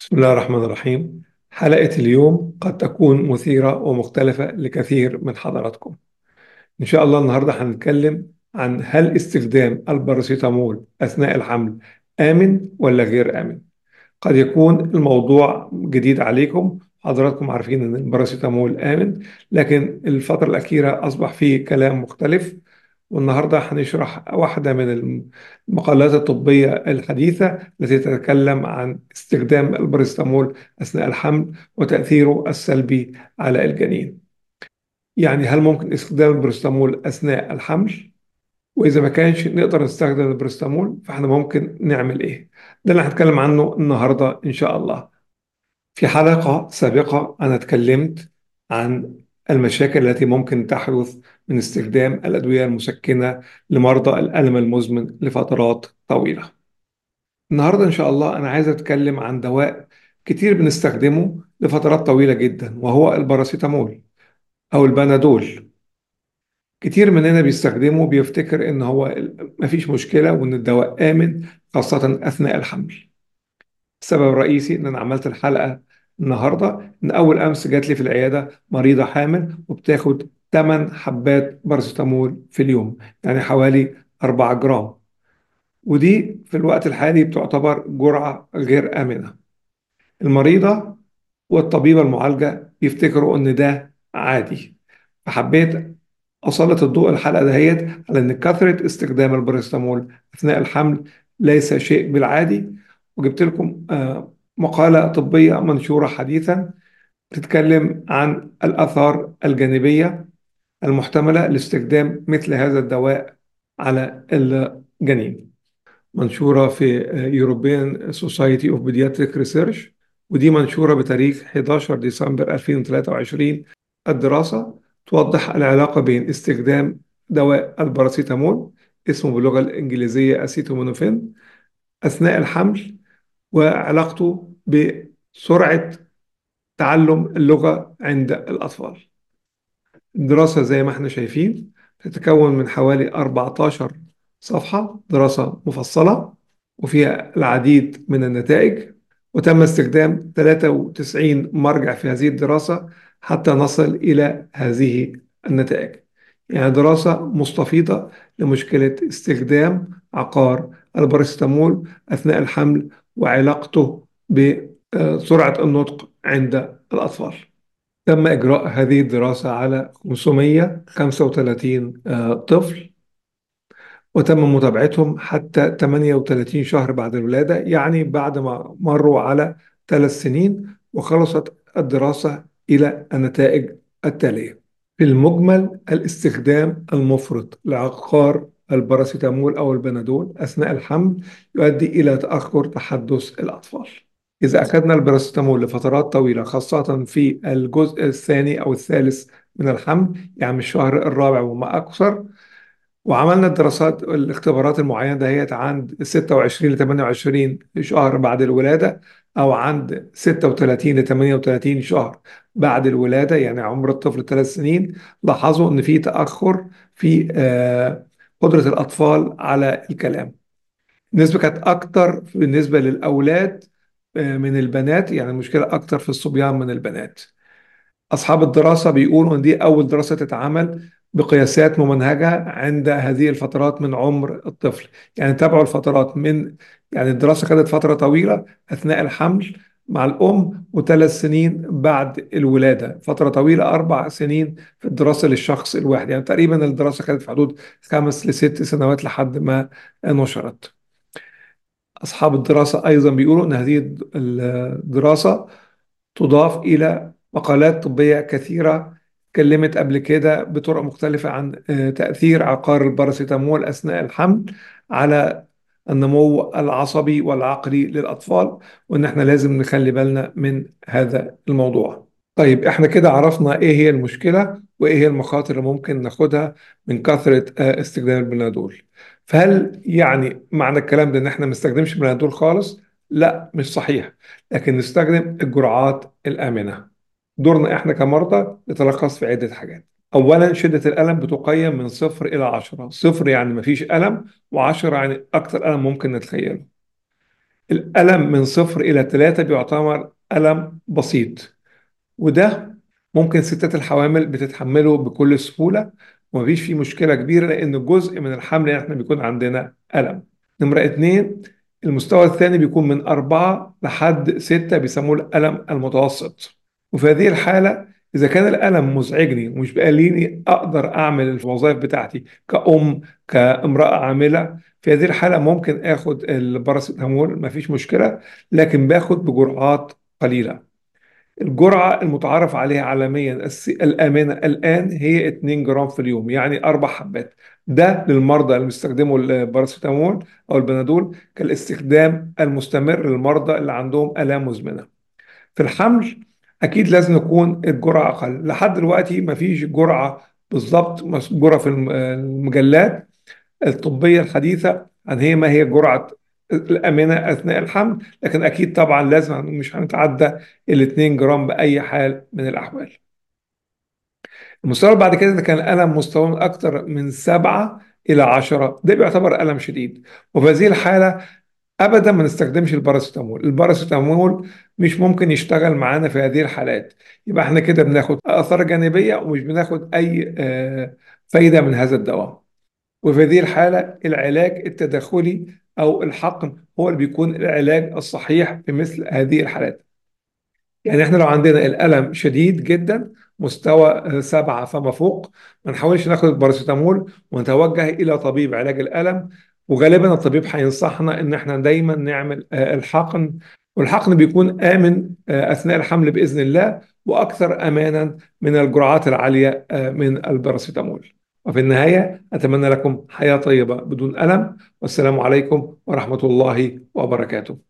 بسم الله الرحمن الرحيم. حلقة اليوم قد تكون مثيرة ومختلفة لكثير من حضراتكم. إن شاء الله النهاردة هنتكلم عن هل استخدام الباراسيتامول أثناء الحمل آمن ولا غير آمن. قد يكون الموضوع جديد عليكم، حضراتكم عارفين ان الباراسيتامول آمن، لكن الفترة الأخيرة أصبح فيه كلام مختلف. والنهاردة هنشرح واحدة من المقالات الطبية الحديثة التي تتكلم عن استخدام الباراسيتامول أثناء الحمل وتأثيره السلبي على الجنين. يعني هل ممكن استخدام الباراسيتامول أثناء الحمل؟ وإذا ما كانش نقدر نستخدم الباراسيتامول فإحنا ممكن نعمل إيه؟ ده اللي هنتكلم عنه النهاردة إن شاء الله. في حلقة سابقة أنا اتكلمت عن المشاكل التي ممكن تحدث من استخدام الأدوية المسكنة لمرضى الألم المزمن لفترات طويلة. النهاردة إن شاء الله أنا عايز أتكلم عن دواء كتير بنستخدمه لفترات طويلة جدا، وهو الباراسيتامول أو البنادول. كتير مننا بيستخدمه بيفتكر إن هو مفيش مشكلة وإن الدواء آمن، خاصة أثناء الحمل. السبب الرئيسي ان انا عملت الحلقه النهارده ان اول امس جات لي في العياده مريضه حامل وبتاخد 8 حبات باراسيتامول في اليوم، يعني حوالي 4 جرام. ودي في الوقت الحالي بتعتبر جرعه غير امنه. المريضه والطبيبه المعالجه بيفتكروا ان ده عادي. فحبيت أسلط الضوء الحلقة دهيت على إن كثرة استخدام الباراسيتامول أثناء الحمل ليس شيء بالعادي. وجبت لكم مقالة طبية منشورة حديثا تتكلم عن الآثار الجانبية المحتملة لاستخدام مثل هذا الدواء على الجنين، منشورة في European Society of Pediatric Research، ودي منشورة بتاريخ 11 ديسمبر 2023. الدراسة توضح العلاقة بين استخدام دواء الباراسيتامول، اسمه باللغة الإنجليزية أسيتامينوفين، أثناء الحمل وعلاقته بسرعة تعلم اللغة عند الأطفال. الدراسة زي ما احنا شايفين تتكون من حوالي 14 صفحة، دراسة مفصلة وفيها العديد من النتائج. وتم استخدام 93 مرجع في هذه الدراسة حتى نصل إلى هذه النتائج. يعني دراسة مستفيضة لمشكلة استخدام عقار الباراسيتامول أثناء الحمل وعلاقته بسرعة النطق عند الأطفال. تم إجراء هذه الدراسة على 535 طفل، وتم متابعتهم حتى 38 شهر بعد الولادة، يعني بعد ما مروا على 3 سنين. وخلصت الدراسة إلى النتائج التالية. في المجمل الاستخدام المفرط لعقار الباراسيتامول أو البنادول أثناء الحمل يؤدي إلى تأخر تحدث الأطفال. إذا أخذنا الباراسيتامول لفترات طويلة، خاصة في الجزء الثاني أو الثالث من الحمل، يعني الشهر الرابع وما أكثر، وعملنا الدراسات الاختبارات المعينة دهيت عند 26 ل 28 شهر بعد الولادة، أو عند 36 ل 38 شهر بعد الولادة، يعني عمر الطفل 3 سنين، لاحظوا إن في تأخر في قدرة الأطفال على الكلام. النسبة كانت أكتر بالنسبة للأولاد من البنات، يعني المشكلة أكتر في الصبيان من البنات. أصحاب الدراسة بيقولوا إن دي أول دراسة تتعمل بقياسات ممنهجة عند هذه الفترات من عمر الطفل. يعني تابعوا الفترات من، يعني الدراسة خدت فترة طويلة أثناء الحمل مع الأم و3 سنين بعد الولادة، فترة طويلة 4 سنين في الدراسة للشخص الواحد. يعني تقريبا الدراسة خدت في حدود 5 ل6 سنوات لحد ما نشرت. أصحاب الدراسة أيضا بيقولوا أن هذه الدراسة تضاف إلى مقالات طبية كثيرة اتكلمت قبل كده بطرق مختلفة عن تأثير عقار الباراسيتامول أثناء الحمل على النمو العصبي والعقلي للأطفال، وإن إحنا لازم نخلي بالنا من هذا الموضوع. طيب إحنا كده عرفنا إيه هي المشكلة وإيه هي المخاطر اللي ممكن ناخدها من كثرة استخدام البنادول. فهل يعني معنى الكلام ده إن إحنا ما نستخدمش بنادول خالص؟ لا، مش صحيح، لكن نستخدم الجرعات الآمنة. دورنا إحنا كمرضى يتلخص في عدة حاجات. أولا، شدة الألم بتقيم من 0 إلى 10. 0 يعني مفيش ألم، و10 يعني أكتر ألم ممكن نتخيله. الألم من 0 إلى 3 بيعتبر ألم بسيط، وده ممكن ستات الحوامل بتتحمله بكل سهولة، ومفيش فيه مشكلة كبيرة لأن جزء من الحمل يعني احنا بيكون عندنا ألم. نمرة 2، المستوى الثاني بيكون من 4 لحد 6، بيسموه الألم المتوسط. وفي هذه الحالة إذا كان الألم مزعجني ومش بيخليني أقدر أعمل الوظائف بتاعتي كأم، كامرأة عاملة، في هذه الحالة ممكن آخد الباراسيتامول، مفيش مشكلة، لكن باخد بجرعات قليلة. الجرعة المتعارف عليها عالميا الآمنة الآن هي 2 جرام في اليوم، يعني 4 حبات. ده للمرضى اللي بيستخدموا الباراسيتامول أو البنادول كالاستخدام المستمر للمرضى اللي عندهم آلام مزمنة. في الحمل أكيد لازم يكون الجرعة أقل. لحد دلوقتي مفيش جرعة بالظبط مذكورة في المجلات الطبية الحديثة عن هي ما هي جرعة الأمنة أثناء الحمل، لكن أكيد طبعا لازم مش هنتعدى ال 2 جرام بأي حال من الأحوال. المستوى اللي بعد كده ده كان ألم مستوى من أكثر من 7 إلى 10، ده بيعتبر ألم شديد، وفي هذه الحالة أبدا ما نستخدمش الباراسيتامول. الباراسيتامول مش ممكن يشتغل معانا في هذه الحالات، يبقى احنا كده بناخد آثار جانبية ومش بناخد أي فايدة من هذا الدواء. وفي هذه الحالة العلاج التداخلي أو الحقن هو اللي بيكون العلاج الصحيح في مثل هذه الحالات. يعني احنا لو عندنا الألم شديد جدا مستوى 7 فما فوق، ما نحاولش ناخد الباراسيتامول ونتوجه إلى طبيب علاج الألم، وغالبا الطبيب هينصحنا إن احنا دايما نعمل الحقن. والحقن بيكون آمن أثناء الحمل بإذن الله، وأكثر أمانا من الجرعات العالية من الباراسيتامول. وفي النهاية أتمنى لكم حياة طيبة بدون ألم، والسلام عليكم ورحمة الله وبركاته.